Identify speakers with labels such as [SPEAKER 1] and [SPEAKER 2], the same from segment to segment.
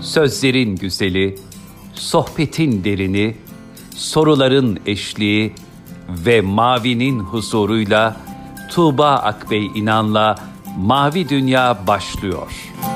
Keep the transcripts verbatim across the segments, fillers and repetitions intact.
[SPEAKER 1] Sözlerin güzeli, sohbetin derini, soruların eşliği ve mavinin huzuruyla Tuğba Akbey İnan'la Mavi Dünya başlıyor.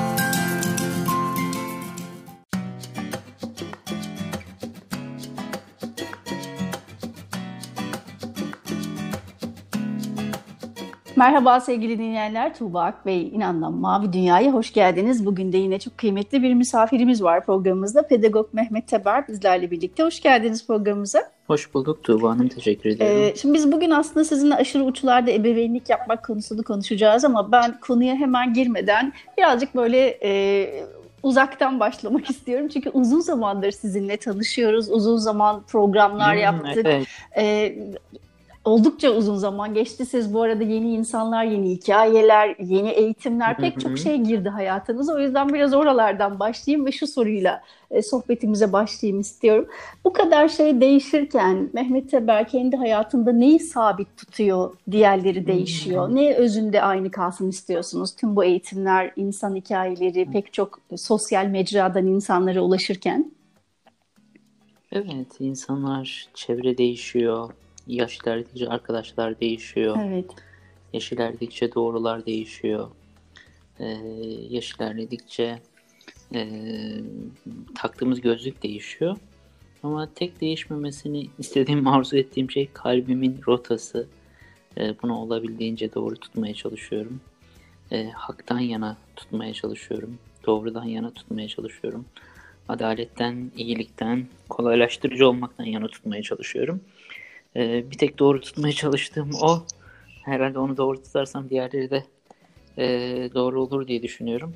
[SPEAKER 2] Merhaba sevgili dinleyenler, Tuğba Akbey İnan'la Mavi Dünya'ya hoş geldiniz. Bugün de yine çok kıymetli bir misafirimiz var programımızda. Pedagog Mehmet Teber bizlerle birlikte. Hoş geldiniz programımıza.
[SPEAKER 3] Hoş bulduk Tuğba Hanım, teşekkür ederim.
[SPEAKER 2] Ee, şimdi biz bugün aslında sizinle aşırı uçlarda ebeveynlik yapmak konusunu konuşacağız ama ben konuya hemen girmeden birazcık böyle e, uzaktan başlamak istiyorum. Çünkü uzun zamandır sizinle tanışıyoruz, uzun zaman programlar
[SPEAKER 3] Hmm,
[SPEAKER 2] yaptık.
[SPEAKER 3] evet.
[SPEAKER 2] Ee, Oldukça uzun zaman geçti. Siz bu arada yeni insanlar, yeni hikayeler, yeni eğitimler,
[SPEAKER 3] Hı
[SPEAKER 2] pek çok
[SPEAKER 3] hı.
[SPEAKER 2] şey girdi hayatınıza. O yüzden biraz oralardan başlayayım ve şu soruyla e, sohbetimize başlayayım istiyorum. Bu kadar şey değişirken Mehmet Teber kendi hayatında neyi sabit tutuyor, diğerleri değişiyor?
[SPEAKER 3] Hmm.
[SPEAKER 2] Ne özünde aynı kalsın istiyorsunuz? Tüm bu eğitimler, insan hikayeleri, pek çok sosyal mecradan insanlara ulaşırken.
[SPEAKER 3] Evet, insanlar, çevre değişiyor, yaş ilerledikçe arkadaşlar değişiyor,
[SPEAKER 2] Evet.
[SPEAKER 3] yaş ilerledikçe doğrular değişiyor, ee, yaş ilerledikçe ee, taktığımız gözlük değişiyor. Ama tek değişmemesini istediğim, arzu ettiğim şey kalbimin rotası. Ee, bunu olabildiğince doğru tutmaya çalışıyorum. Ee, haktan yana tutmaya çalışıyorum. Doğrudan yana tutmaya çalışıyorum. Adaletten, iyilikten, kolaylaştırıcı olmaktan yana tutmaya çalışıyorum. Ee, bir tek doğru tutmaya çalıştığım o. Herhalde onu doğru tutarsam diğerleri de e, doğru olur diye düşünüyorum.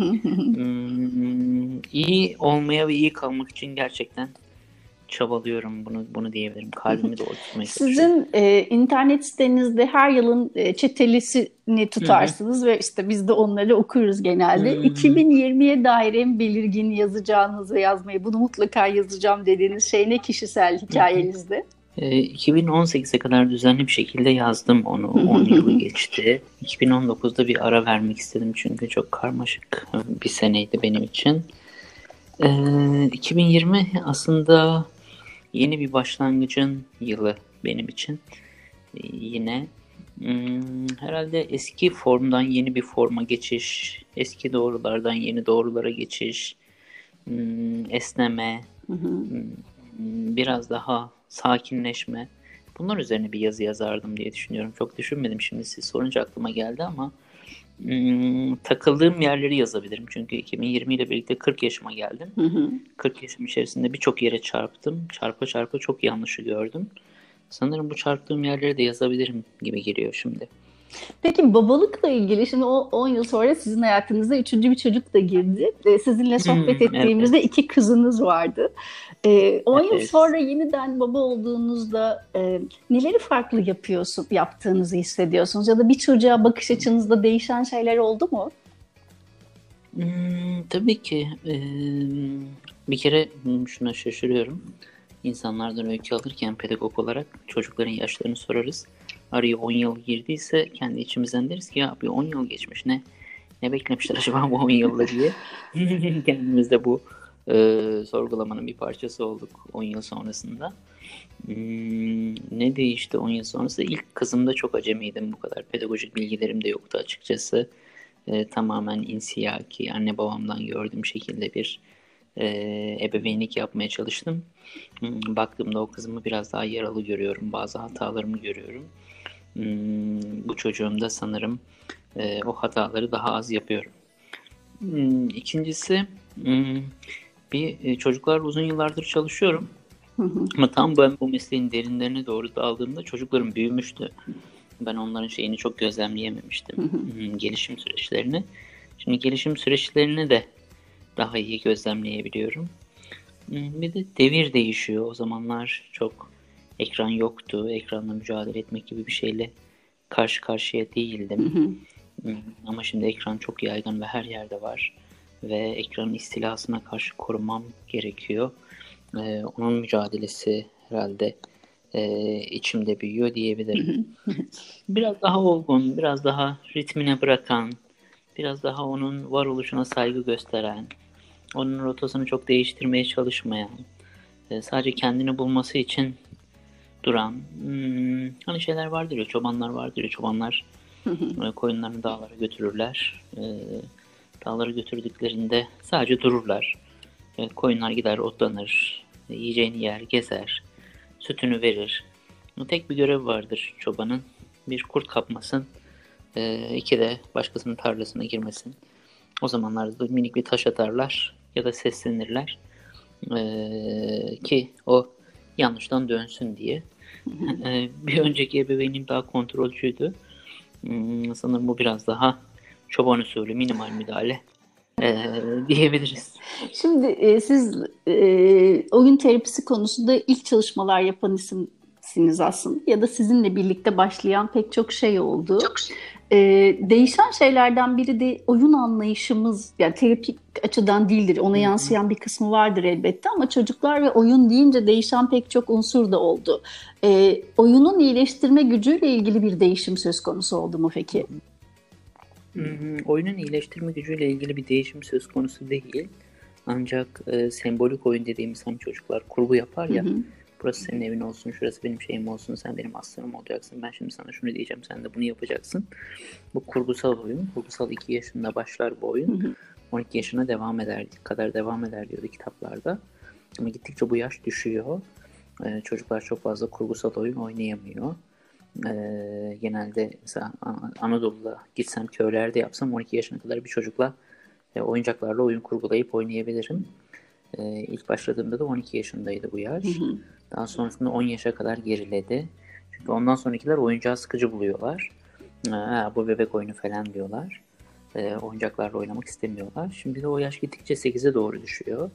[SPEAKER 3] Hmm, iyi olmaya ve iyi kalmak için gerçekten çabalıyorum. Bunu bunu diyebilirim. Kalbimi doğru tutmaya çalışıyorum.
[SPEAKER 2] Sizin e, internet sitenizde her yılın e, çetelisini
[SPEAKER 3] Hı hı.
[SPEAKER 2] tutarsınız ve işte biz de onları okuruz genelde.
[SPEAKER 3] Hmm.
[SPEAKER 2] iki bin yirmiye dair en belirgin yazacağınız ve yazmayı bunu mutlaka yazacağım dediğiniz şey ne kişisel hikayenizde?
[SPEAKER 3] E, iki bin on sekize kadar düzenli bir şekilde yazdım onu. on yılı geçti. iki bin on dokuzda bir ara vermek istedim çünkü çok karmaşık bir seneydi benim için. E, iki bin yirmi aslında yeni bir başlangıcın yılı benim için. E, yine hmm, herhalde eski formdan yeni bir forma geçiş, eski doğrulardan yeni doğrulara geçiş, hmm, esneme, hmm, biraz daha sakinleşme. Bunlar üzerine bir yazı yazardım diye düşünüyorum. Çok düşünmedim, şimdi siz sorunca aklıma geldi ama hmm, takıldığım yerleri yazabilirim. Çünkü iki bin yirmi ile birlikte kırk yaşıma geldim. kırk yaşım içerisinde birçok yere çarptım. Çarpa çarpa çok yanlışı gördüm. Sanırım bu çarptığım yerleri de yazabilirim gibi geliyor şimdi.
[SPEAKER 2] Peki babalıkla ilgili şimdi o on yıl sonra sizin hayatınıza üçüncü bir çocuk da girdi. E, Sizinle sohbet
[SPEAKER 3] Hmm,
[SPEAKER 2] ettiğimizde
[SPEAKER 3] evet,
[SPEAKER 2] iki kızınız vardı. E, on yıl
[SPEAKER 3] evet.
[SPEAKER 2] sonra yeniden baba olduğunuzda e, neleri farklı yapıyorsun, yaptığınızı hissediyorsunuz? Ya da bir çocuğa bakış açınızda değişen şeyler oldu mu?
[SPEAKER 3] Hmm, tabii ki. Ee, bir kere hmm, şuna şaşırıyorum. İnsanlardan öykü alırken pedagog olarak çocukların yaşlarını sorarız. Araya on yıl girdiyse kendi içimizden deriz ki ya bir on yıl geçmiş, ne ne beklemişler acaba bu on yılda diye. Kendimiz de bu e, sorgulamanın bir parçası olduk on yıl sonrasında. Hmm, ne değişti on yıl sonrası? İlk kızımda çok acemiydim, bu kadar pedagojik bilgilerim de yoktu açıkçası. E, tamamen insiyaki, anne babamdan gördüğüm şekilde bir e, ebeveynlik yapmaya çalıştım. Hmm, baktığımda o kızımı biraz daha yaralı görüyorum, bazı hatalarımı görüyorum. Hmm, bu çocuğumda sanırım e, o hataları daha az yapıyorum. Hmm, İkincisi, hmm, bir e, çocuklarla uzun yıllardır çalışıyorum. Ama tam ben bu mesleğin derinlerine doğru daldığımda çocuklarım büyümüştü. Ben onların şeyini çok gözlemleyememiştim. Hmm, gelişim süreçlerini. Şimdi gelişim süreçlerini de daha iyi gözlemleyebiliyorum. Hmm, Bir de devir değişiyor. O zamanlar çok ekran yoktu. Ekranla mücadele etmek gibi bir şeyle karşı karşıya değildim. Hmm, Ama şimdi ekran çok yaygın ve her yerde var. Ve ekranın istilasına karşı korumam gerekiyor. Ee, onun mücadelesi herhalde e, içimde büyüyor diyebilirim. Biraz daha olgun, biraz daha ritmine bırakan, biraz daha onun varoluşuna saygı gösteren, onun rotasını çok değiştirmeye çalışmayan, e, sadece kendini bulması için duran hmm, hani şeyler vardır ya, çobanlar vardır ya, çobanlar e, koyunlarını dağlara götürürler. E, dağlara götürdüklerinde sadece dururlar. E, koyunlar gider, otlanır, e, yiyeceğini yer, gezer, sütünü verir. Tek bir görev vardır çobanın: bir kurt kapmasın, e, iki de başkasının tarlasına girmesin. O zamanlarda da minik bir taş atarlar ya da seslenirler e, ki o yanlıştan dönsün diye. e, bir önceki ebeveynim daha kontrolcüydü. Hmm, sanırım bu biraz daha çoban usulü, minimal müdahale e, diyebiliriz.
[SPEAKER 2] Şimdi e, siz e, oyun terapisi konusunda ilk çalışmalar yapan isimsiniz aslında, ya da sizinle birlikte başlayan pek çok şey oldu. Çok e, değişen şeylerden biri de oyun anlayışımız, yani terapik açıdan değildir, ona yansıyan bir kısmı vardır elbette, ama çocuklar ve oyun deyince değişen pek çok unsur da oldu. E, oyunun iyileştirme gücüyle ilgili bir değişim söz konusu oldu mu peki?
[SPEAKER 3] Hmm, oyunun iyileştirme gücüyle ilgili bir değişim söz konusu değil. Ancak e, sembolik oyun dediğimiz, hani çocuklar kurgu yapar ya, hı hı. Burası senin evin olsun, şurası benim şeyim olsun, sen benim aslanım olacaksın, ben şimdi sana şunu diyeceğim, sen de bunu yapacaksın. Bu kurgusal oyun. Kurgusal iki yaşında başlar bu oyun. Hı hı. on iki yaşına devam eder, kadar devam eder diyordu kitaplarda. Ama gittikçe bu yaş düşüyor. E, çocuklar çok fazla kurgusal oyun oynayamıyor. Ee, genelde mesela Anadolu'da gitsem, köylerde yapsam on iki yaşına kadar bir çocukla e, oyuncaklarla oyun kurgulayıp oynayabilirim. Ee, ilk başladığımda da on iki yaşındaydı bu yaş. Hı hı. Daha sonrasında on yaşa kadar geriledi. Çünkü ondan sonrakiler oyuncağı sıkıcı buluyorlar. Ha, bu bebek oyunu falan diyorlar. Ee, oyuncaklarla oynamak istemiyorlar. Şimdi de o yaş gittikçe sekize doğru düşüyor.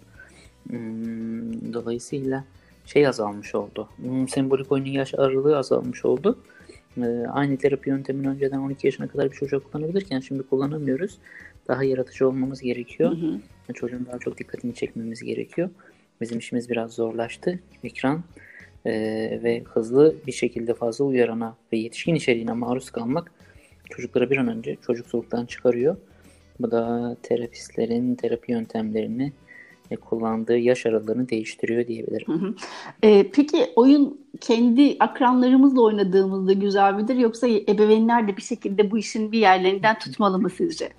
[SPEAKER 3] Hmm, dolayısıyla şey azalmış oldu. Hmm, sembolik oyunun yaş aralığı azalmış oldu. Ee, aynı terapi yöntemini önceden on iki yaşına kadar bir çocuğa kullanabilirken şimdi kullanamıyoruz. Daha yaratıcı olmamız gerekiyor. Hı hı. Çocuğun daha çok dikkatini çekmemiz gerekiyor. Bizim işimiz biraz zorlaştı. Ekran e, ve hızlı bir şekilde fazla uyarana ve yetişkin içeriğine maruz kalmak çocukları bir an önce çocuksuluktan çıkarıyor. Bu da terapistlerin terapi yöntemlerini kullandığı yaş aralığını değiştiriyor diyebilirim.
[SPEAKER 2] Hı hı. Ee, peki oyun kendi akranlarımızla oynadığımızda güzel midir, yoksa ebeveynler de bir şekilde bu işin bir yerlerinden tutmalı mı sizce?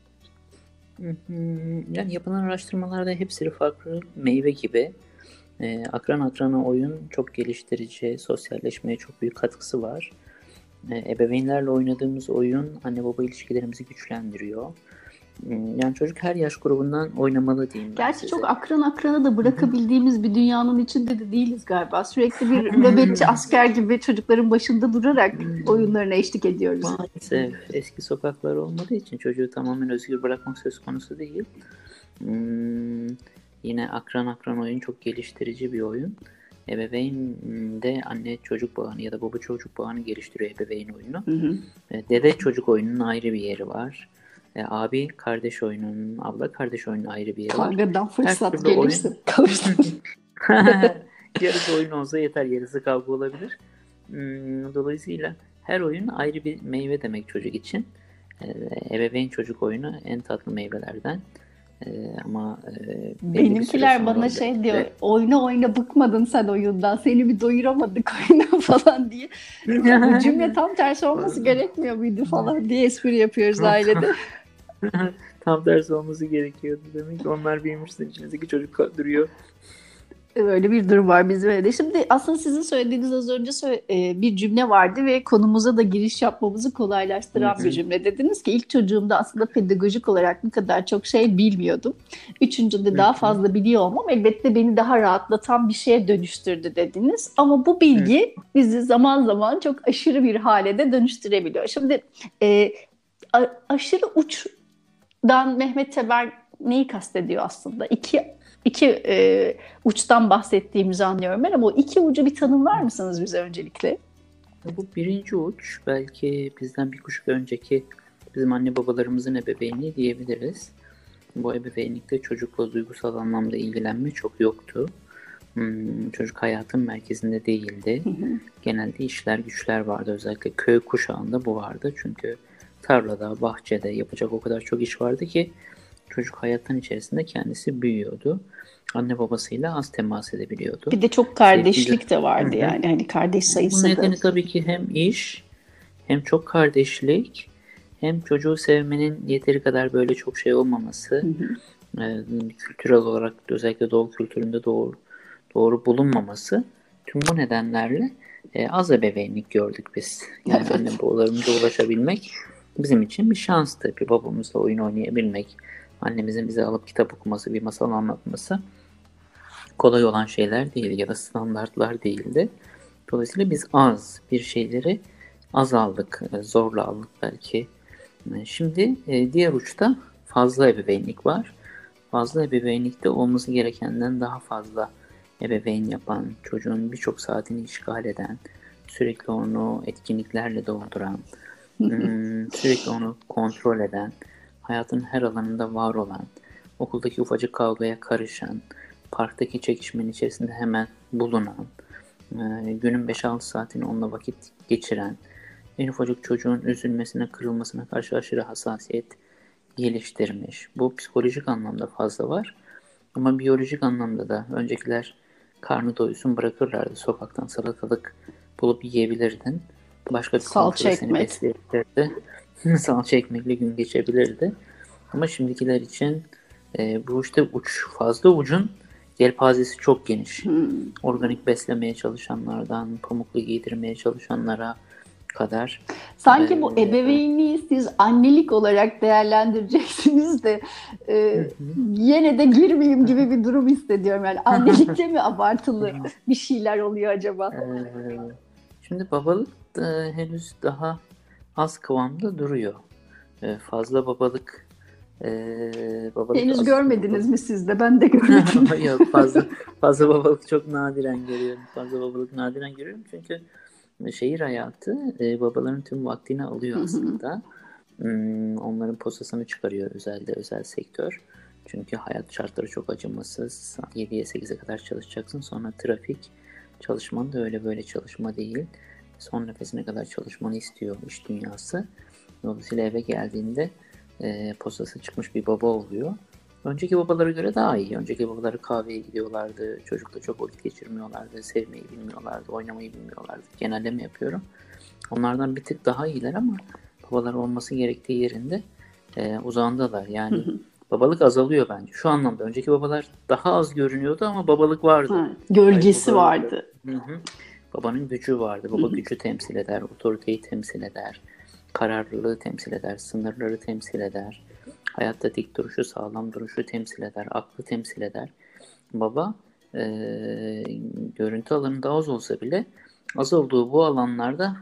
[SPEAKER 3] Yani yapılan araştırmalarda hepsi farklı. Meyve gibi. Ee, akran akrana oyun çok geliştirici, sosyalleşmeye çok büyük katkısı var. Ee, ebeveynlerle oynadığımız oyun anne baba ilişkilerimizi güçlendiriyor. Yani çocuk her yaş grubundan oynamalı diyeyim ben
[SPEAKER 2] Gerçi
[SPEAKER 3] size.
[SPEAKER 2] Çok akran akrana da bırakabildiğimiz bir dünyanın içinde de değiliz galiba. Sürekli bir nöbetçi asker gibi çocukların başında durarak oyunlarına eşlik ediyoruz.
[SPEAKER 3] Maalesef eski sokaklar olmadığı için çocuğu tamamen özgür bırakmak söz konusu değil. Hmm, yine akran akran oyun çok geliştirici bir oyun. Ebeveyn de anne çocuk bağını ya da baba çocuk bağını geliştiriyor ebeveyn oyunu. Hı hı. Dede çocuk oyununun ayrı bir yeri var. E, abi kardeş oyununun, abla kardeş oyunun ayrı bir yeri var.
[SPEAKER 2] Kavgadan fırsat gelirse.
[SPEAKER 3] Oyun... Yarısı oyun olsa yeter, yarısı kavga olabilir. Hmm, dolayısıyla her oyun ayrı bir meyve demek çocuk için. E, ebeveyn çocuk oyunu en tatlı meyvelerden. E, ama e,
[SPEAKER 2] benimkiler bana şey diyor, de... oyna oyna bıkmadın sen oyundan, seni bir doyuramadık oyuna falan diye. Bu cümle tam tersi olması gerekmiyor muydu falan diye espri yapıyoruz ailede.
[SPEAKER 3] Tam tersi olması gerekiyordu demek. Onlar bilmişsin, içinizdeki çocuk duruyor.
[SPEAKER 2] Böyle bir durum var bizim evde. Şimdi aslında sizin söylediğiniz az önce söyle, bir cümle vardı ve konumuza da giriş yapmamızı kolaylaştıran bir cümle. Dediniz ki ilk çocuğumda aslında pedagojik olarak ne kadar çok şey bilmiyordum. Üçüncüde daha fazla biliyor olmam elbette beni daha rahatlatan bir şeye dönüştürdü dediniz. Ama bu bilgi bizi zaman zaman çok aşırı bir hale de dönüştürebiliyor. Şimdi e, a, aşırı uçdan Mehmet Teber neyi kastediyor aslında? İki İki e, uçtan bahsettiğimizi anlıyorum ben, ama o iki ucu bir tanımlar mısınız bize öncelikle?
[SPEAKER 3] Bu birinci uç belki bizden bir kuşak önceki bizim anne babalarımızın ebeveyni diyebiliriz. Bu ebeveynlikte çocukla duygusal anlamda ilgilenme çok yoktu. Hmm, çocuk hayatın merkezinde değildi. Hı hı. Genelde işler güçler vardı. Özellikle köy kuşağında bu vardı. Çünkü tarlada, bahçede yapacak o kadar çok iş vardı ki çocuk hayatın içerisinde kendisi büyüyordu. Anne babasıyla az temas edebiliyordu.
[SPEAKER 2] Bir de çok kardeşlik de vardı yani. Hani kardeş
[SPEAKER 3] Bu
[SPEAKER 2] sayısı da.
[SPEAKER 3] nedeni tabii ki hem iş, hem çok kardeşlik, hem çocuğu sevmenin yeteri kadar böyle çok şey olmaması,
[SPEAKER 2] Hı hı.
[SPEAKER 3] e, kültürel olarak özellikle Doğu kültüründe doğru doğru bulunmaması, tüm bu nedenlerle e, az ebeveynlik gördük biz. Yani
[SPEAKER 2] Evet.
[SPEAKER 3] anne babalarımıza ulaşabilmek bizim için bir şanstı. Bir babamızla oyun oynayabilmek, annemizin bize alıp kitap okuması, bir masal anlatması kolay olan şeyler değil ya da standartlar değildi. Dolayısıyla biz az bir şeyleri az aldık, e, zorla aldık belki. E, Şimdi e, diğer uçta fazla ebeveynlik var. Fazla ebeveynlikte olması gerekenden daha fazla ebeveyn yapan, çocuğun birçok saatini işgal eden, sürekli onu etkinliklerle dolduran, hmm, sürekli onu kontrol eden, hayatın her alanında var olan, okuldaki ufacık kavgaya karışan, parktaki çekişmenin içerisinde hemen bulunan, e, günün beş altı saatini onunla vakit geçiren, en ufacık çocuğun üzülmesine, kırılmasına karşı aşırı hassasiyet geliştirmiş. Bu psikolojik anlamda fazla var. Ama biyolojik anlamda da öncekiler karnı doysun bırakırlardı. Sokaktan salatalık bulup yiyebilirdin. Başka bir
[SPEAKER 2] Salça
[SPEAKER 3] komşu seni
[SPEAKER 2] ekmek.
[SPEAKER 3] besleyebilirdi. Salça ekmekle gün geçebilirdi. Ama şimdikiler için e, bu işte uç, fazla ucun yelpazesi çok geniş.
[SPEAKER 2] Hmm.
[SPEAKER 3] Organik beslemeye çalışanlardan, pamuklu giydirmeye çalışanlara kadar.
[SPEAKER 2] Sanki bu
[SPEAKER 3] Ee,
[SPEAKER 2] ebeveynliği siz annelik olarak değerlendireceksiniz de e, yine de girmeyeyim gibi bir durum hissediyorum. Yani annelikte mi abartılı bir şeyler oluyor acaba?
[SPEAKER 3] Ee, Şimdi babalık da henüz daha az kıvamda duruyor. Ee, fazla babalık e, babalık
[SPEAKER 2] Henüz
[SPEAKER 3] az
[SPEAKER 2] görmediniz mi siz de? Ben de görmedim.
[SPEAKER 3] Yok, fazla fazla babalık çok nadiren görüyorum. Fazla babalık nadiren görüyorum çünkü şehir hayatı e, babaların tüm vaktini alıyor aslında. Hmm, onların posasını çıkarıyor özelde özel sektör. Çünkü hayat şartları çok acımasız. yediye sekize kadar çalışacaksın. Sonra trafik. Çalışman da öyle böyle çalışma değil. Son nefesine kadar çalışmanı istiyor iş dünyası. Dolayısıyla eve geldiğinde e, posası çıkmış bir baba oluyor. Önceki babalara göre daha iyi. Önceki babaları kahveye gidiyorlardı. Çocukla çok vakit geçirmiyorlardı. Sevmeyi bilmiyorlardı. Oynamayı bilmiyorlardı. Genelleme yapıyorum. Onlardan bir tık daha iyiler ama babalar olması gerektiği yerinde e, uzağındalar. Yani babalık azalıyor bence. Şu anlamda önceki babalar daha az görünüyordu ama babalık vardı.
[SPEAKER 2] Ha, gölgesi
[SPEAKER 3] Hayır, baba,
[SPEAKER 2] vardı.
[SPEAKER 3] hı hı. Babanın gücü vardı. Baba gücü temsil eder, otoriteyi temsil eder, kararlılığı temsil eder, sınırları temsil eder. Hayatta dik duruşu, sağlam duruşu temsil eder, aklı temsil eder. Baba e, görüntü alanında az olsa bile az olduğu bu alanlarda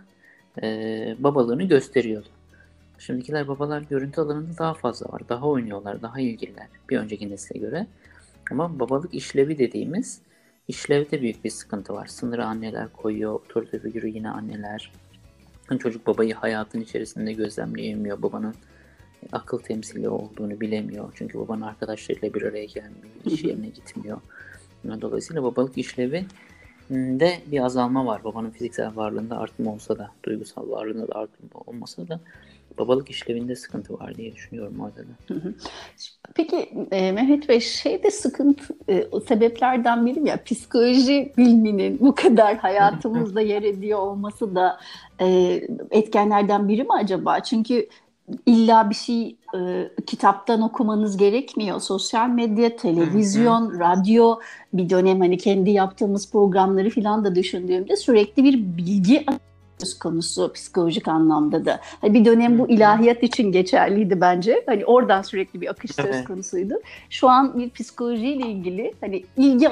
[SPEAKER 3] e, babalığını gösteriyordu. Şimdikiler babalar görüntü alanında daha fazla var. Daha oynuyorlar, daha ilgililer bir önceki nesle göre. Ama babalık işlevi dediğimiz işlevde büyük bir sıkıntı var. Sınırı anneler koyuyor, otorite figürü yine anneler. Çocuk babayı hayatın içerisinde gözlemleyemiyor. Babanın akıl temsili olduğunu bilemiyor. Çünkü babanın arkadaşlarıyla bir araya gelmiyor, iş yerine gitmiyor. Dolayısıyla babalık işlevi de bir azalma var. Babanın fiziksel varlığında artma olsa da, duygusal varlığında da artma olmasa da babalık işlevinde sıkıntı var diye düşünüyorum orada da.
[SPEAKER 2] Peki e, Mehmet Bey, şeyde sıkıntı, e, o sebeplerden biri ya, psikoloji biliminin bu kadar hayatımızda yer ediyor olması da e, etkenlerden biri mi acaba? Çünkü illa bir şey e, kitaptan okumanız gerekmiyor. Sosyal medya, televizyon, radyo, bir dönem hani kendi yaptığımız programları falan da düşündüğümde sürekli bir bilgi söz konusu psikolojik anlamda da. Hani bir dönem bu ilahiyat için geçerliydi bence. Hani oradan sürekli bir akış söz
[SPEAKER 3] Evet.
[SPEAKER 2] konusuydu. Şu an bir psikolojiyle ilgili hani ilgi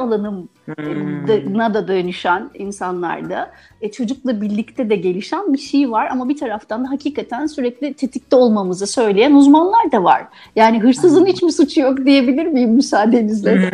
[SPEAKER 2] alanına da dönüşen insanlarda e, çocukla birlikte de gelişen bir şey var ama bir taraftan da hakikaten sürekli tetikte olmamızı söyleyen uzmanlar da var. Yani hırsızın hiç mi suçu yok diyebilir miyim müsaadenizle?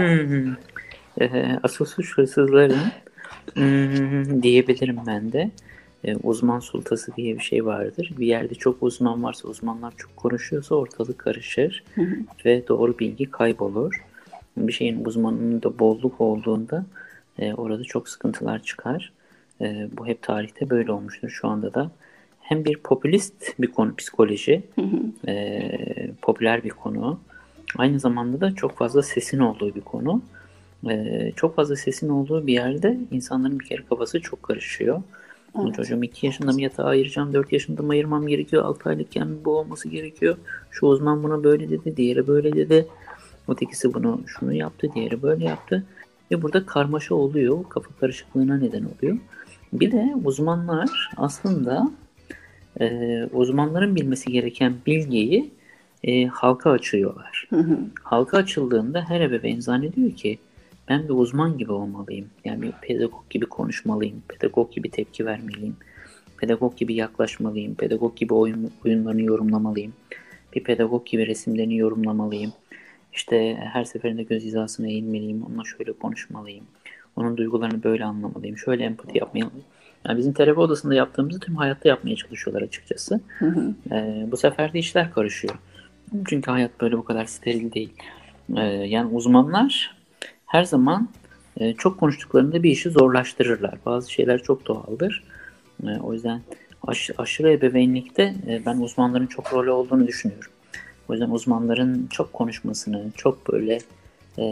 [SPEAKER 3] Ee, Asıl suç hırsızların hmm, diyebilirim ben de. Ee, uzman sultası diye bir şey vardır. Bir yerde çok uzman varsa, uzmanlar çok konuşuyorsa ortalık karışır ve doğru bilgi kaybolur. Bir şeyin uzmanının da bolluk olduğunda e, orada çok sıkıntılar çıkar. E, bu hep tarihte böyle olmuştur. Şu anda da hem bir popülist bir konu psikoloji, e, popüler bir konu. Aynı zamanda da çok fazla sesin olduğu bir konu. Ee, çok fazla sesin olduğu bir yerde insanların bir kere kafası çok karışıyor. Evet. Çocuğum iki yaşında mı yatağa ayıracağım, dört yaşında mı ayırmam gerekiyor, altı aylıkken mi bu olması gerekiyor. Şu uzman buna böyle dedi, diğeri böyle dedi. Ötekisi bunu şunu yaptı, diğeri böyle yaptı. Ve burada karmaşa oluyor, kafa karışıklığına neden oluyor. Bir de uzmanlar aslında e, uzmanların bilmesi gereken bilgiyi e, halka açıyorlar. Hı hı. Halka açıldığında her ebeveyn zannediyor ki ben bir uzman gibi olmalıyım. Yani bir pedagog gibi konuşmalıyım. Pedagog gibi tepki vermeliyim. Pedagog gibi yaklaşmalıyım. Pedagog gibi oyun, oyunlarını yorumlamalıyım. Bir pedagog gibi resimlerini yorumlamalıyım. İşte her seferinde göz hizasına eğilmeliyim. Onunla şöyle konuşmalıyım. Onun duygularını böyle anlamalıyım. Şöyle empati yapmalıyım. Yani bizim terapi odasında yaptığımızı tüm hayatta yapmaya çalışıyorlar açıkçası. Hı hı. Ee, bu sefer de işler karışıyor. Çünkü hayat böyle bu kadar steril değil. Ee, yani uzmanlar her zaman e, çok konuştuklarında bir işi zorlaştırırlar. Bazı şeyler çok doğaldır. E, o yüzden aş, aşırı ebeveynlikte e, ben uzmanların çok rolü olduğunu düşünüyorum. O yüzden uzmanların çok konuşmasını, çok böyle e,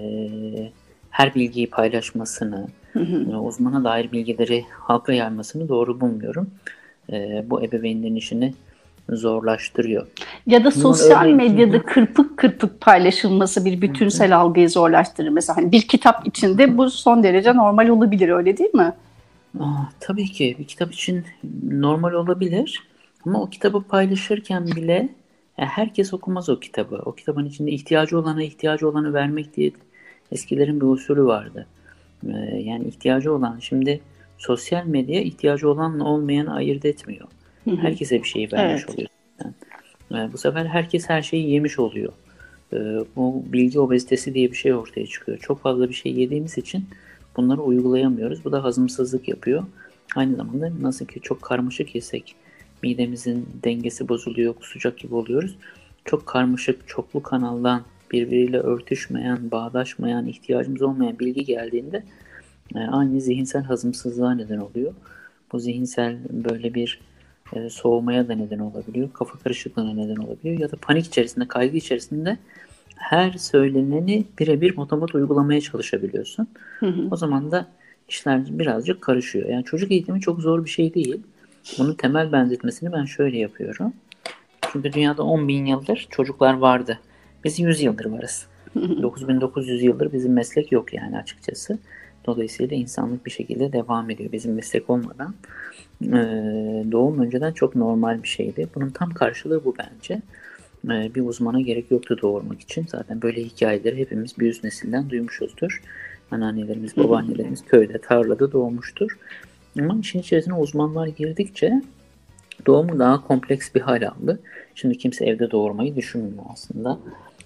[SPEAKER 3] her bilgiyi paylaşmasını, hı hı. E, uzmana dair bilgileri halka yaymasını doğru bulmuyorum. E, bu ebeveynlerin işini zorlaştırıyor.
[SPEAKER 2] Ya da sosyal öyle... medyada kırpık kırpık paylaşılması bir bütünsel algıyı zorlaştırır. Mesela hani bir kitap içinde bu son derece normal olabilir, öyle değil mi?
[SPEAKER 3] Aa, tabii ki bir kitap için normal olabilir ama o kitabı paylaşırken bile yani herkes okumaz o kitabı. O kitabın içinde ihtiyacı olana ihtiyacı olanı vermek diye eskilerin bir usulü vardı. Ee, yani ihtiyacı olan, şimdi sosyal medya ihtiyacı olanla olmayanı ayırt etmiyor. Hı hı. Herkese bir şey vermiş evet. oluyor. Yani, e, bu sefer herkes her şeyi yemiş oluyor. E, bu bilgi obezitesi diye bir şey ortaya çıkıyor. Çok fazla bir şey yediğimiz için bunları uygulayamıyoruz. Bu da hazımsızlık yapıyor. Aynı zamanda nasıl ki çok karmaşık yesek midemizin dengesi bozuluyor, kusacak gibi oluyoruz. Çok karmaşık, çoklu kanaldan birbiriyle örtüşmeyen, bağdaşmayan, ihtiyacımız olmayan bilgi geldiğinde e, aynı zihinsel hazımsızlığa neden oluyor. Bu zihinsel böyle bir e, soğumaya da neden olabiliyor. Kafa karışıklığına neden olabiliyor. Ya da panik içerisinde, kaygı içerisinde her söyleneni birebir motomot uygulamaya çalışabiliyorsun. Hı hı. O zaman da işler birazcık karışıyor. Yani çocuk eğitimi çok zor bir şey değil. Bunun temel benzetmesini ben şöyle yapıyorum. Çünkü dünyada on bin yıldır çocuklar vardı. Biz yüz yıldır varız. dokuz bin dokuz yüz yıldır bizim meslek yok yani açıkçası. Dolayısıyla insanlık bir şekilde devam ediyor bizim meslek olmadan. Ee, doğum önceden çok normal bir şeydi. Bunun tam karşılığı bu bence. Ee, bir uzmana gerek yoktu doğurmak için. Zaten böyle hikayeleri hepimiz bir yüz nesilden duymuşuzdur. Anneannelerimiz, babaannelerimiz köyde, tarlada doğmuştur. Ama işin içerisine uzmanlar girdikçe doğum daha kompleks bir hal aldı. Şimdi kimse evde doğurmayı düşünmüyor aslında.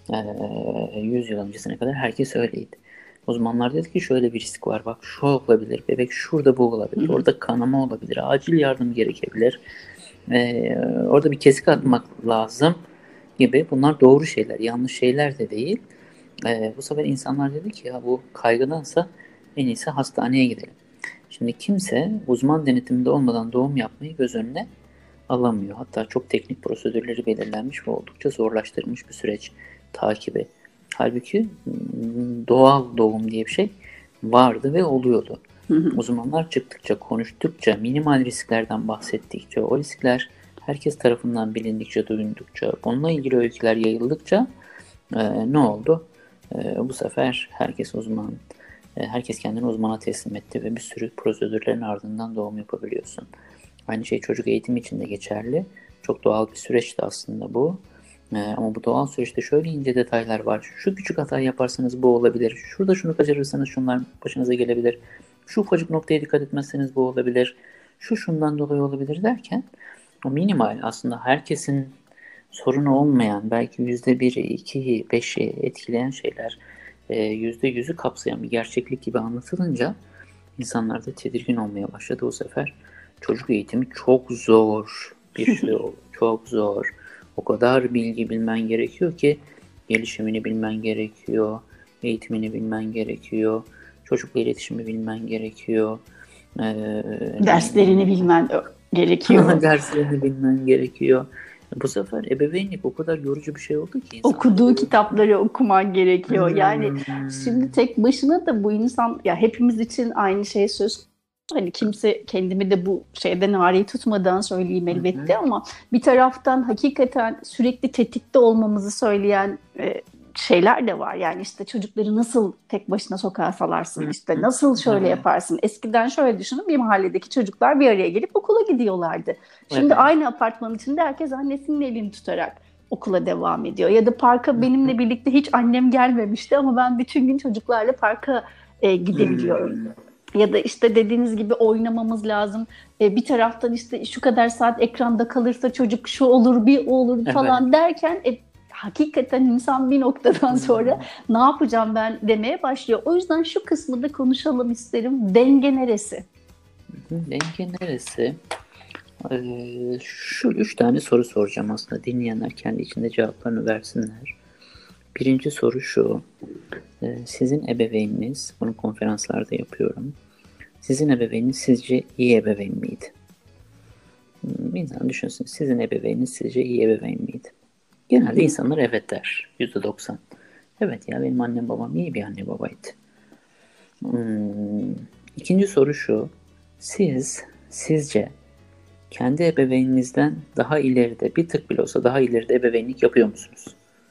[SPEAKER 3] Ee, yüz yıl öncesine kadar herkes öyleydi. Uzmanlar dedi ki şöyle bir risk var. Bak şu olabilir. Bebek şurada bu olabilir. Orada kanama olabilir. Acil yardım gerekebilir. Ee, orada bir kesik atmak lazım gibi. Bunlar doğru şeyler. Yanlış şeyler de değil. Ee, bu sefer insanlar dedi ki ya bu kaygıdansa en iyisi hastaneye gidelim. Şimdi kimse uzman denetiminde olmadan doğum yapmayı göz önüne alamıyor. Hatta çok teknik prosedürleri belirlenmiş ve oldukça zorlaştırılmış bir süreç takibi. Halbuki doğal doğum diye bir şey vardı ve oluyordu. Hı hı. Uzmanlar çıktıkça, konuştukça, minimal risklerden bahsettikçe, o riskler herkes tarafından bilindikçe, duyundukça, bununla ilgili öyküler yayıldıkça e, ne oldu? E, bu sefer herkes uzman, e, herkes kendini uzmana teslim etti ve bir sürü prosedürlerin ardından doğum yapabiliyorsun. Aynı şey çocuk eğitimi için de geçerli. Çok doğal bir süreçti aslında bu. Ee, ama bu doğal süreçte şöyle ince detaylar var. Şu küçük hata yaparsanız bu olabilir. Şurada şunu kaçırırsanız şunlar başınıza gelebilir. Şu ufacık noktaya dikkat etmezseniz bu olabilir. Şu şundan dolayı olabilir derken o minimal aslında herkesin sorunu olmayan belki yüzde biri, iki, beşi etkileyen şeyler yüzde yüzü kapsayan bir gerçeklik gibi anlatılınca insanlar da tedirgin olmaya başladı bu sefer. Çocuk eğitimi çok zor bir şey oldu. Çok zor. O kadar bilgi bilmen gerekiyor ki gelişimini bilmen gerekiyor, eğitimini bilmen gerekiyor, çocukla iletişimi bilmen gerekiyor.
[SPEAKER 2] Ee, Derslerini bilmen gerekiyor.
[SPEAKER 3] Derslerini bilmen gerekiyor. Bu sefer ebeveynlik o kadar yorucu bir şey oldu ki insan.
[SPEAKER 2] Okuduğu kitapları okuman gerekiyor. Yani
[SPEAKER 3] Hmm.
[SPEAKER 2] şimdi tek başına da bu insan, ya hepimiz için aynı şey söz. Hani kimse, kendimi de bu şeyden hariç tutmadan söyleyeyim elbette, ama bir taraftan hakikaten sürekli tetikte olmamızı söyleyen e, şeyler de var. Yani işte çocukları nasıl tek başına sokağa salarsın, işte nasıl şöyle yaparsın. Eskiden şöyle düşünün, bir mahalledeki çocuklar bir araya gelip okula gidiyorlardı. Şimdi
[SPEAKER 3] Evet.
[SPEAKER 2] aynı apartman içinde herkes annesinin elini tutarak okula devam ediyor. Ya da parka benimle birlikte hiç annem gelmemişti ama ben bütün gün çocuklarla parka e, gidebiliyorum. Ya da işte dediğiniz gibi oynamamız lazım. E, bir taraftan işte şu kadar saat ekranda kalırsa çocuk şu olur, bir o olur falan
[SPEAKER 3] Evet.
[SPEAKER 2] derken e, hakikaten insan bir noktadan sonra ne yapacağım ben demeye başlıyor. O yüzden şu kısmı da konuşalım isterim. Denge neresi?
[SPEAKER 3] Denge neresi? Ee, şu üç tane soru soracağım aslında. Dinleyenler kendi içinde cevaplarını versinler. Birinci soru şu. Ee, sizin ebeveyniniz, bunu konferanslarda yapıyorum. Sizin ebeveyniniz sizce iyi ebeveyn miydi? Bir insan düşünsün. Sizin ebeveyniniz sizce iyi ebeveyn miydi? Genelde insanlar evet der. yüzde doksan. Evet ya, benim annem babam iyi bir anne babaydı. Hmm. İkinci soru şu. Siz, sizce kendi ebeveyninizden daha ileride, bir tık bile olsa daha ileride ebeveynlik yapıyor musunuz?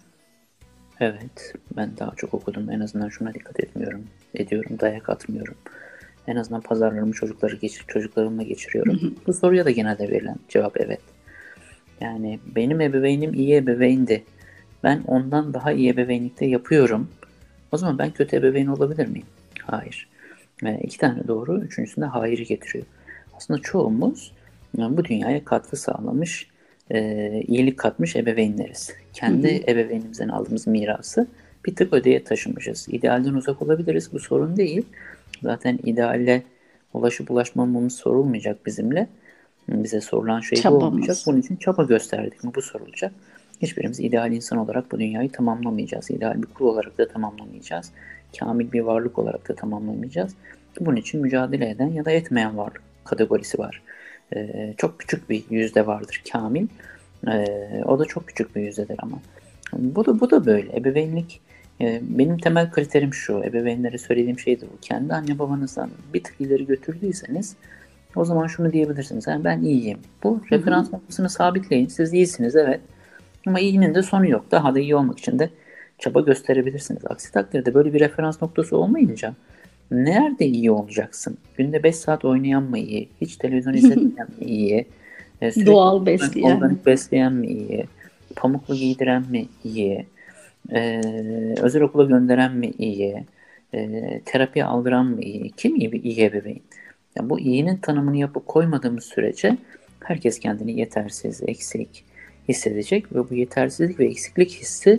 [SPEAKER 3] Evet, ben daha çok okudum. En azından şuna dikkat etmiyorum. Ediyorum, dayak atmıyorum. En azından pazarlarımı çocukları geçir, çocuklarımla geçiriyorum. Bu soruya da genelde verilen cevap evet. Yani benim ebeveynim iyi ebeveyndi. Ben ondan daha iyi ebeveynlikte yapıyorum. O zaman ben kötü ebeveyn olabilir miyim? Hayır. Yani iki tane doğru, üçüncüsünde hayırı getiriyor. Aslında çoğumuz yani bu dünyaya katkı sağlamış, e, iyilik katmış ebeveynleriz. Kendi hı hı. ebeveynimizden aldığımız mirası bir tık öteye taşımışız. İdealden uzak olabiliriz, bu sorun değil. Zaten idealle ulaşıp ulaşmamamız sorulmayacak bizimle. Bize sorulan şey
[SPEAKER 2] Çabamız.
[SPEAKER 3] bu olmayacak. Bunun için çaba gösterdik mi bu sorulacak. Hiçbirimiz ideal insan olarak bu dünyayı tamamlamayacağız. İdeal bir kul olarak da tamamlamayacağız. Kamil bir varlık olarak da tamamlamayacağız. Bunun için mücadele eden ya da etmeyen varlık kategorisi var. Ee, çok küçük bir yüzde vardır kamil. Ee, o da çok küçük bir yüzdedir ama. Bu da, bu da böyle. Ebeveynlik e, benim temel kriterim şu. Ebeveynlere söylediğim şey de bu. Kendi anne babanızdan bir tık ileri götürdüyseniz o zaman şunu diyebilirsiniz. Yani ben iyiyim. Bu referans hı hı. noktasını sabitleyin. Siz iyisiniz evet. Ama iyinin de sonu yok. Daha da iyi olmak için de çaba gösterebilirsiniz. Aksi takdirde böyle bir referans noktası olmayınca nerede iyi olacaksın? Günde beş saat oynayan mı iyi? Hiç televizyon izlemeyen mi iyi? Sürekli
[SPEAKER 2] Doğal besleyen.
[SPEAKER 3] Organik besleyen mi iyi? Pamuklu giydiren mi iyi? Ee, özel okula gönderen mi iyi? Ee, terapi aldıran mı iyi? Kim iyi bir iyi ebeveyn? Yani bu iyinin tanımını yapıp koymadığımız sürece herkes kendini yetersiz, eksik hissedecek ve bu yetersizlik ve eksiklik hissi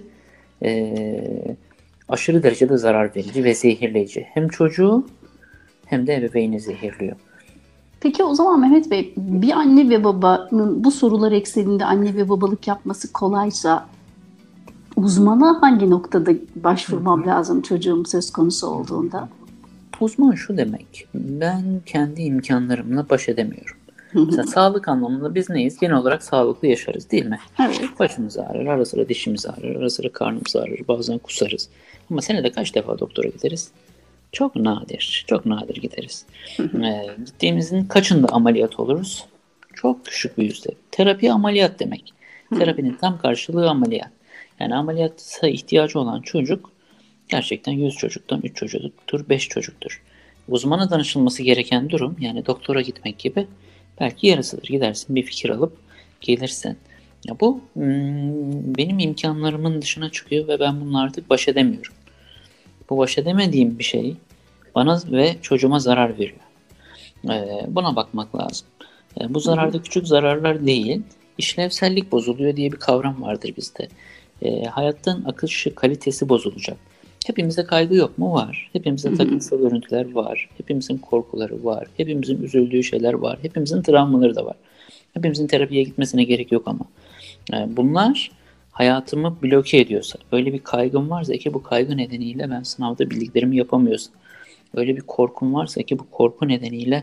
[SPEAKER 3] e, aşırı derecede zarar verici ve zehirleyici. Hem çocuğu hem de ebeveyni zehirliyor.
[SPEAKER 2] Peki o zaman Mehmet Bey, bir anne ve babanın bu sorular ekseninde anne ve babalık yapması kolaysa uzmana hangi noktada başvurmam lazım çocuğum söz konusu olduğunda?
[SPEAKER 3] Uzman şu demek, ben kendi imkanlarımla baş edemiyorum. Mesela sağlık anlamında biz neyiz? Genel olarak sağlıklı yaşarız değil mi?
[SPEAKER 2] Evet.
[SPEAKER 3] Başımız ağrır, ara sıra dişimiz ağrır, ara sıra karnımız ağrır, bazen kusarız. Ama senede kaç defa doktora gideriz? Çok nadir, çok nadir gideriz. ee, gittiğimizin kaçında ameliyat oluruz? Çok düşük bir yüzde. Terapi ameliyat demek. Terapinin tam karşılığı ameliyat. Yani ameliyata ihtiyacı olan çocuk gerçekten yüz çocuktan üç çocuktur, beş çocuktur. Uzmana danışılması gereken durum, yani doktora gitmek gibi, belki yarısıdır. Gidersin bir fikir alıp gelirsin. Ya bu hmm, benim imkanlarımın dışına çıkıyor ve ben bununla artık baş edemiyorum. Bu baş edemediğim bir şey bana ve çocuğuma zarar veriyor. Ee, buna bakmak lazım. Ee, bu zararda küçük zararlar değil, işlevsellik bozuluyor diye bir kavram vardır bizde. Ee, hayatın akışı, kalitesi bozulacak. Hepimizde kaygı yok mu? Var. Hepimizde takıntısal örüntüler var. Hepimizin korkuları var. Hepimizin üzüldüğü şeyler var. Hepimizin travmaları da var. Hepimizin terapiye gitmesine gerek yok ama. Yani bunlar hayatımı bloke ediyorsa, öyle bir kaygım varsa ki bu kaygı nedeniyle ben sınavda bildiklerimi yapamıyorsam, öyle bir korkum varsa ki bu korku nedeniyle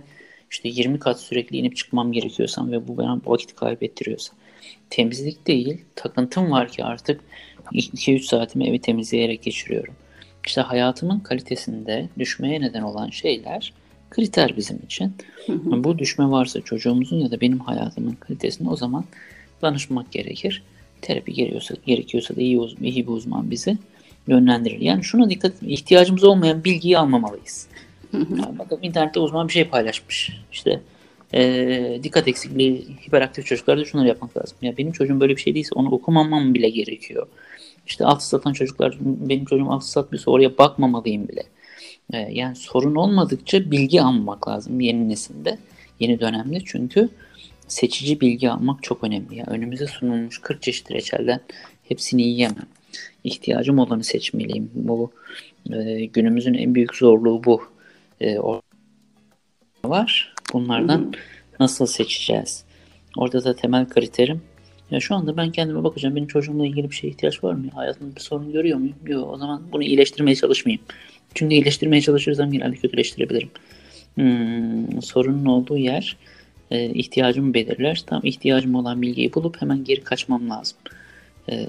[SPEAKER 3] işte yirmi kat sürekli inip çıkmam gerekiyorsam ve bu bana vakit kaybettiriyorsa, temizlik değil, takıntım var ki artık iki üç saatimi evi temizleyerek geçiriyorum. İşte hayatımın kalitesinde düşmeye neden olan şeyler kriter bizim için. Bu düşme varsa çocuğumuzun ya da benim hayatımın kalitesinde, o zaman danışmak gerekir. Terapi gerekiyorsa, gerekiyorsa da iyi, uz- iyi bir uzman bizi yönlendirir. Yani şuna dikkat edin, ihtiyacımız olmayan bilgiyi almamalıyız. Yani bakalım internette uzman bir şey paylaşmış. İşte ee, dikkat eksikliği, hiperaktif çocuklarda şunları yapmak lazım. Ya benim çocuğum böyle bir şey değilse onu okumamam bile gerekiyor. İşte altı satan çocuklar, benim çocuğum altı satmıyorsa oraya bakmamalıyım bile. Ee, yani sorun olmadıkça bilgi almak lazım yeni nesilde, yeni dönemde. Çünkü seçici bilgi almak çok önemli. Yani önümüze sunulmuş kırk çeşit reçelden hepsini yiyemem. İhtiyacım olanı seçmeliyim. Bu e, günümüzün en büyük zorluğu bu. E, orada var. Bunlardan nasıl seçeceğiz? Orada da temel kriterim. Ya şu anda ben kendime bakacağım. Benim çocuğumla ilgili bir şeye ihtiyaç var mı? Hayatımda bir sorun görüyor muyum? Yok. O zaman bunu iyileştirmeye çalışmayayım. Çünkü iyileştirmeye çalışırsam genelde kötüleştirebilirim. Hmm, sorunun olduğu yer e, ihtiyacımı belirler. Tam ihtiyacım olan bilgiyi bulup hemen geri kaçmam lazım. E,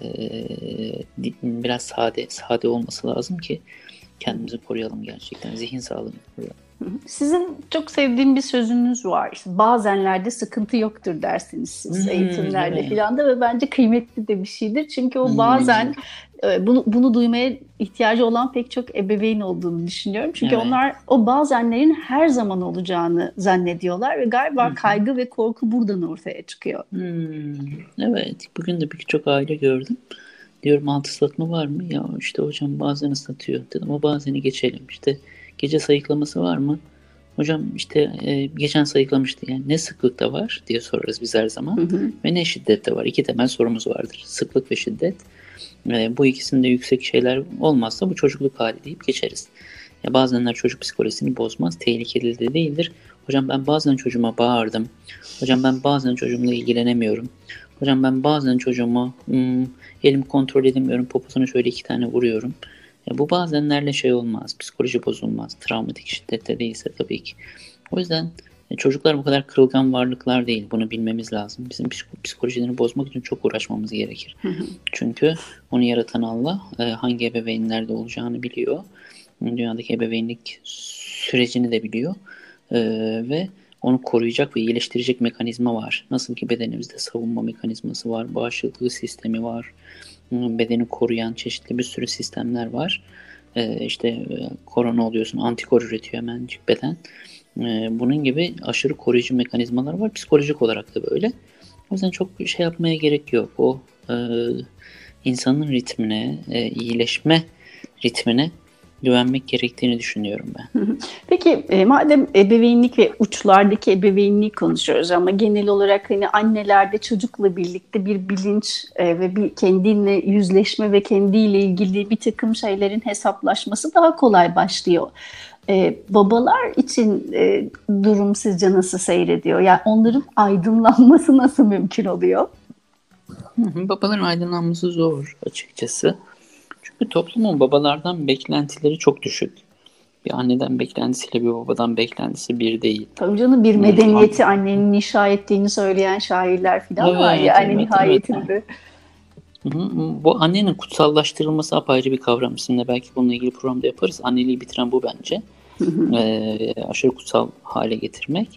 [SPEAKER 3] biraz sade, sade olması lazım ki kendimizi koruyalım gerçekten. Zihin sağlığını koruyalım.
[SPEAKER 2] Sizin çok sevdiğim bir sözünüz var. İşte bazenlerde sıkıntı yoktur dersiniz siz
[SPEAKER 3] Hmm,
[SPEAKER 2] eğitimlerde
[SPEAKER 3] evet.
[SPEAKER 2] falan da, ve bence kıymetli de bir şeydir. Çünkü o
[SPEAKER 3] Hmm.
[SPEAKER 2] bazen e, bunu bunu duymaya ihtiyacı olan pek çok ebeveyn olduğunu düşünüyorum. Çünkü
[SPEAKER 3] Evet.
[SPEAKER 2] onlar o bazenlerin her zaman olacağını zannediyorlar ve galiba
[SPEAKER 3] Hı hı.
[SPEAKER 2] kaygı ve korku buradan ortaya çıkıyor.
[SPEAKER 3] Hmm, evet. Bugün de birçok aile gördüm. Diyorum altı ıslatma var mı? Ya işte hocam bazen ıslatıyor. Dedim o bazeni geçelim. İşte gece sayıklaması var mı? Hocam işte e, geçen sayıklamıştı. Yani ne sıklıkta var diye sorarız biz her zaman.
[SPEAKER 2] Hı hı.
[SPEAKER 3] Ve ne şiddette var. İki temel sorumuz vardır. Sıklık ve şiddet. E, bu ikisinde yüksek şeyler olmazsa bu çocukluk hali deyip geçeriz. Ya bazenler çocuk psikolojisini bozmaz. Tehlikeli de değildir. Hocam ben bazen çocuğuma bağırdım. Hocam ben bazen çocuğumla ilgilenemiyorum. Hocam ben bazen çocuğuma hmm, elimi kontrol edemiyorum. Poposuna şöyle iki tane vuruyorum. Ya bu bazenlerle şey olmaz. Psikoloji bozulmaz. Travmatik şiddette değilse tabii ki. O yüzden e, çocuklar bu kadar kırılgan varlıklar değil. Bunu bilmemiz lazım. Bizim psiko- psikolojilerini bozmak için çok uğraşmamız gerekir. Çünkü onu yaratan Allah e, hangi ebeveynlerde olacağını biliyor. Dünyadaki ebeveynlik sürecini de biliyor. E, ve onu koruyacak ve iyileştirecek mekanizma var. Nasıl ki bedenimizde savunma mekanizması var, bağışıklık sistemi var, bedeni koruyan çeşitli bir sürü sistemler var. Ee, işte e, korona oluyorsun, antikor üretiyor hemencik beden. Ee, bunun gibi aşırı koruyucu mekanizmalar var. Psikolojik olarak da böyle. O yüzden çok şey yapmaya gerek yok. O e, insanın ritmine, e, iyileşme ritmine güvenmek gerektiğini düşünüyorum ben.
[SPEAKER 2] Peki e, madem ebeveynlik ve uçlardaki ebeveynliği konuşuyoruz ama genel olarak hani annelerde çocukla birlikte bir bilinç e, ve bir kendinle yüzleşme ve kendiyle ilgili bir takım şeylerin hesaplaşması daha kolay başlıyor. E, babalar için e, durum sizce nasıl seyrediyor? Yani onların aydınlanması nasıl mümkün oluyor?
[SPEAKER 3] Hı hı, babaların aydınlanması zor açıkçası. Çünkü toplumun babalardan beklentileri çok düşük. Bir anneden beklentisiyle bir babadan beklentisi bir değil.
[SPEAKER 2] Tabii canım, bir medeniyeti annenin inşa ettiğini söyleyen şairler falan var
[SPEAKER 3] Evet,
[SPEAKER 2] yani
[SPEAKER 3] evet,
[SPEAKER 2] nihayetinde.
[SPEAKER 3] evet. Hı hı. Bu annenin kutsallaştırılması apayrı bir kavram. Sizinle belki bununla ilgili programda yaparız. Anneliği bitiren bu bence. Ee, aşırı kutsal hale getirmek.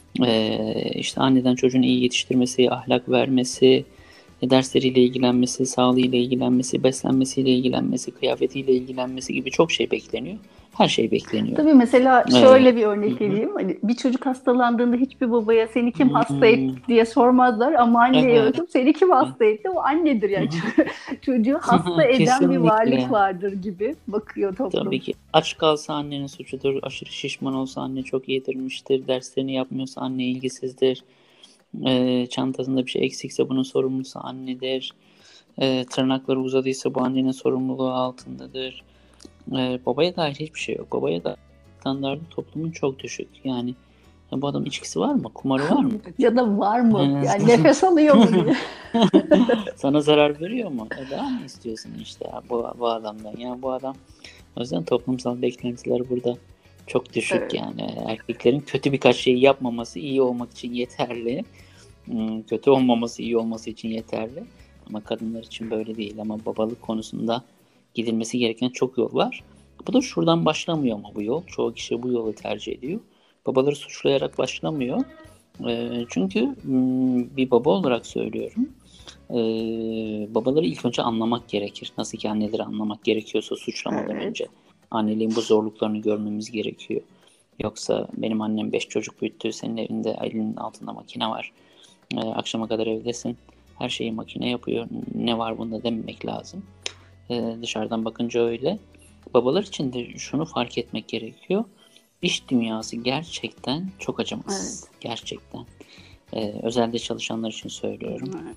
[SPEAKER 3] Ee, işte anneden çocuğun iyi yetiştirmesi, ahlak vermesi, dersleriyle ilgilenmesi, sağlığıyla ilgilenmesi, beslenmesiyle ilgilenmesi, kıyafetiyle ilgilenmesi gibi çok şey bekleniyor. Her şey bekleniyor.
[SPEAKER 2] Tabii mesela
[SPEAKER 3] Evet.
[SPEAKER 2] şöyle bir örnek vereyim. Hani bir çocuk hastalandığında hiçbir babaya seni kim hasta etti diye sormazlar ama anneye
[SPEAKER 3] Evet.
[SPEAKER 2] bakıp seni kim hasta etti? O annedir yani. Çocuğu hasta eden bir
[SPEAKER 3] Kesinlikle.
[SPEAKER 2] varlık vardır gibi bakıyor toplum.
[SPEAKER 3] Tabii ki. Aç kalsa annenin suçudur. Aşırı şişman olsa anne çok yedirmiştir. Derslerini yapmıyorsa anne ilgisizdir. Ee, çantasında bir şey eksikse bunun sorumlusu annedir. Ee, tırnakları uzadıysa bu annenin sorumluluğu altındadır. Ee, babaya dair hiçbir şey yok. Babaya dair standartı toplumun çok düşük. Yani ya bu adam içkisi var mı? Kumarı var mı?
[SPEAKER 2] Ya da var mı? Yani nefes alıyor mu diye.
[SPEAKER 3] Sana zarar veriyor mu? E daha mı istiyorsun işte ya bu, bu adamdan? Ya bu adam, o yüzden toplumsal beklentiler burada çok düşük
[SPEAKER 2] Evet.
[SPEAKER 3] yani. Erkeklerin kötü birkaç şeyi yapmaması iyi olmak için yeterli. Kötü olmaması iyi olması için yeterli. Ama kadınlar için böyle değil. Ama babalık konusunda gidilmesi gereken çok yol var. Bu da şuradan başlamıyor ama bu yol. Çoğu kişi bu yolu tercih ediyor. Babaları suçlayarak başlamıyor. Çünkü bir baba olarak söylüyorum. Babaları ilk önce anlamak gerekir. Nasıl ki anneleri anlamak gerekiyorsa suçlamadan
[SPEAKER 2] Evet.
[SPEAKER 3] önce. Anneliğin bu zorluklarını görmemiz gerekiyor. Yoksa benim annem beş çocuk büyüttü. Senin evinde elinin altında makine var. Akşama kadar evdesin. Her şeyi makine yapıyor. Ne var bunda dememek lazım. Dışarıdan bakınca öyle. Babalar için de şunu fark etmek gerekiyor. İş dünyası gerçekten çok acımasız. Evet. Gerçekten. Ee, özelde çalışanlar için söylüyorum. Evet.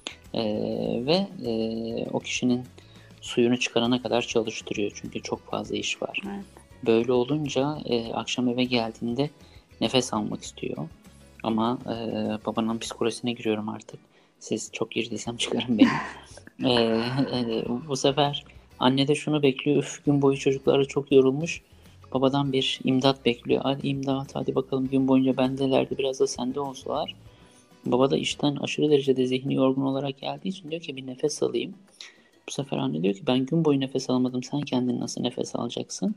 [SPEAKER 3] Ee, ve e, o kişinin suyunu çıkarana kadar çalıştırıyor. Çünkü çok fazla iş var. Evet. Böyle olunca e, akşam eve geldiğinde nefes almak istiyor. Ama e, babanın psikolojisine giriyorum artık. Siz çok girdiysem çıkarın beni. e, e, bu sefer anne de şunu bekliyor. Üf, gün boyu çocukları çok yorulmuş. Babadan bir imdat bekliyor. Hadi imdat, hadi bakalım gün boyunca bendelerdi, biraz da sende olsalar. Baba da işten aşırı derecede zihni yorgun olarak geldiği için diyor ki bir nefes alayım. Bu sefer anne diyor ki ben gün boyu nefes almadım, sen kendin nasıl nefes alacaksın?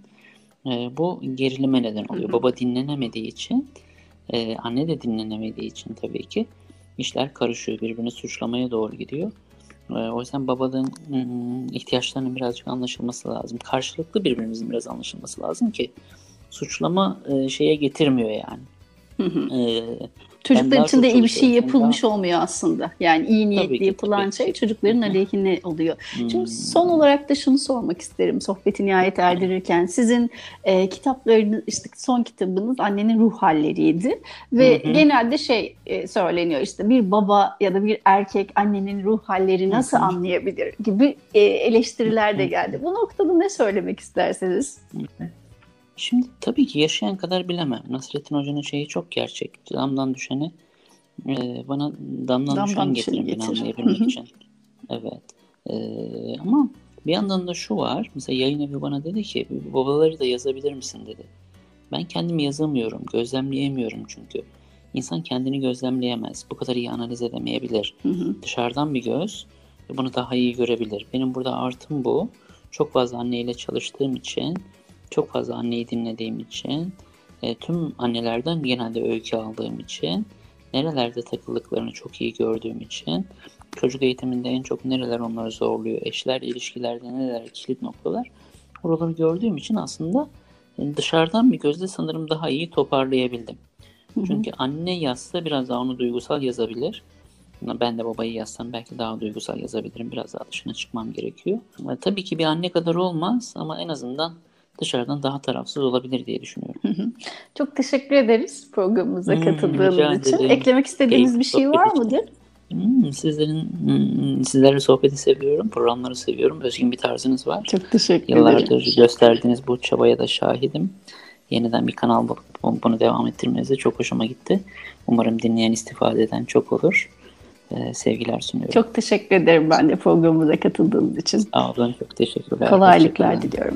[SPEAKER 3] E, bu gerilime neden oluyor. Hı hı. Baba dinlenemediği için, e, anne de dinlenemediği için tabii ki işler karışıyor, birbirini suçlamaya doğru gidiyor. E, o yüzden babalığın ım, ihtiyaçlarının birazcık anlaşılması lazım. Karşılıklı birbirimizin biraz anlaşılması lazım ki suçlama e, şeye getirmiyor yani. Hı hı. E,
[SPEAKER 2] Çocuklar için de iyi bir şey yapılmış daha... olmuyor aslında. Yani iyi niyetli ki, yapılan şey çocukların aleyhine oluyor. Hmm. Şimdi son olarak da şunu sormak isterim sohbeti nihayet erdirirken. Sizin e, kitaplarınız, işte son kitabınız Annenin Ruh Halleriydi. Ve hı hı. genelde şey e, söyleniyor, işte bir baba ya da bir erkek annenin ruh halleri nasıl hı hı. anlayabilir gibi e, eleştiriler de geldi. Bu noktada ne söylemek isterseniz?
[SPEAKER 3] Hı hı. Şimdi tabii ki yaşayan kadar bilemem. Nasrettin Hoca'nın şeyi çok gerçek. Damdan düşeni e, bana damdan, damdan düşen getirin beni anlayabilmek için. Evet. E, ama bir yandan da şu var. Mesela yayın evi bana dedi ki babaları da yazabilir misin dedi. Ben kendim yazamıyorum. Gözlemleyemiyorum çünkü. İnsan kendini gözlemleyemez. Bu kadar iyi analiz edemeyebilir. Hı hı. Dışarıdan bir göz bunu daha iyi görebilir. Benim burada artım bu. Çok fazla anneyle çalıştığım için, çok fazla anneyi dinlediğim için, e, tüm annelerden genelde öykü aldığım için, nerelerde takıldıklarını çok iyi gördüğüm için, çocuk eğitiminde en çok nereler onları zorluyor, eşler ilişkilerde neler kilit noktalar, oraları gördüğüm için aslında dışarıdan bir gözle sanırım daha iyi toparlayabildim. Hı hı. Çünkü anne yazsa biraz daha onu duygusal yazabilir. Ben de babayı yazsam belki daha duygusal yazabilirim. Biraz daha dışına çıkmam gerekiyor. Ama tabii ki bir anne kadar olmaz ama en azından dışarıdan daha tarafsız olabilir diye düşünüyorum. Hı hı.
[SPEAKER 2] Çok teşekkür ederiz programımıza hmm, katıldığınız için. Eklemek istediğiniz Keyif, bir şey var mıdır?
[SPEAKER 3] Hmm, sizlerin hmm, sizlerle sohbeti seviyorum, programları seviyorum. Özgün bir tarzınız var.
[SPEAKER 2] Çok teşekkür
[SPEAKER 3] Yıllardır
[SPEAKER 2] ederim.
[SPEAKER 3] Yıllardır gösterdiğiniz bu çabaya da şahidim. Yeniden bir kanal bulup bunu devam ettirmeniz de çok hoşuma gitti. Umarım dinleyen, istifade eden çok olur. Ee, sevgiler sunuyorum.
[SPEAKER 2] Çok teşekkür ederim ben de programımıza katıldığınız için.
[SPEAKER 3] Sağ olun, çok teşekkürler.
[SPEAKER 2] Kolaylıklar diliyorum.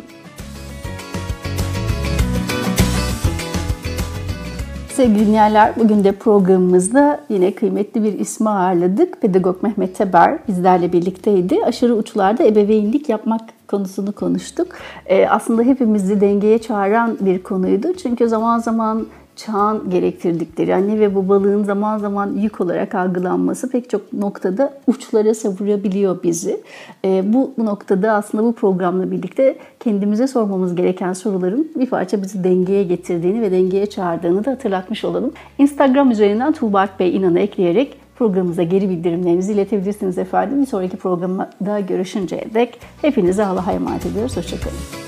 [SPEAKER 2] Sevgili dinleyenler, bugün de programımızda yine kıymetli bir ismi ağırladık. Pedagog Mehmet Teber bizlerle birlikteydi. Aşırı uçlarda ebeveynlik yapmak konusunu konuştuk. Ee, aslında hepimizi dengeye çağıran bir konuydu. Çünkü zaman zaman çağın gerektirdikleri, anne ve babalığın zaman zaman yük olarak algılanması pek çok noktada uçlara savurabiliyor bizi. E, bu noktada aslında bu programla birlikte kendimize sormamız gereken soruların bir parça bizi dengeye getirdiğini ve dengeye çağırdığını da hatırlatmış olalım. Instagram üzerinden Tuğberk Bey İnan'ı ekleyerek programımıza geri bildirimlerinizi iletebilirsiniz efendim. Bir sonraki programda görüşünceye dek hepinize Allah'a emanet ediyoruz. Hoşçakalın.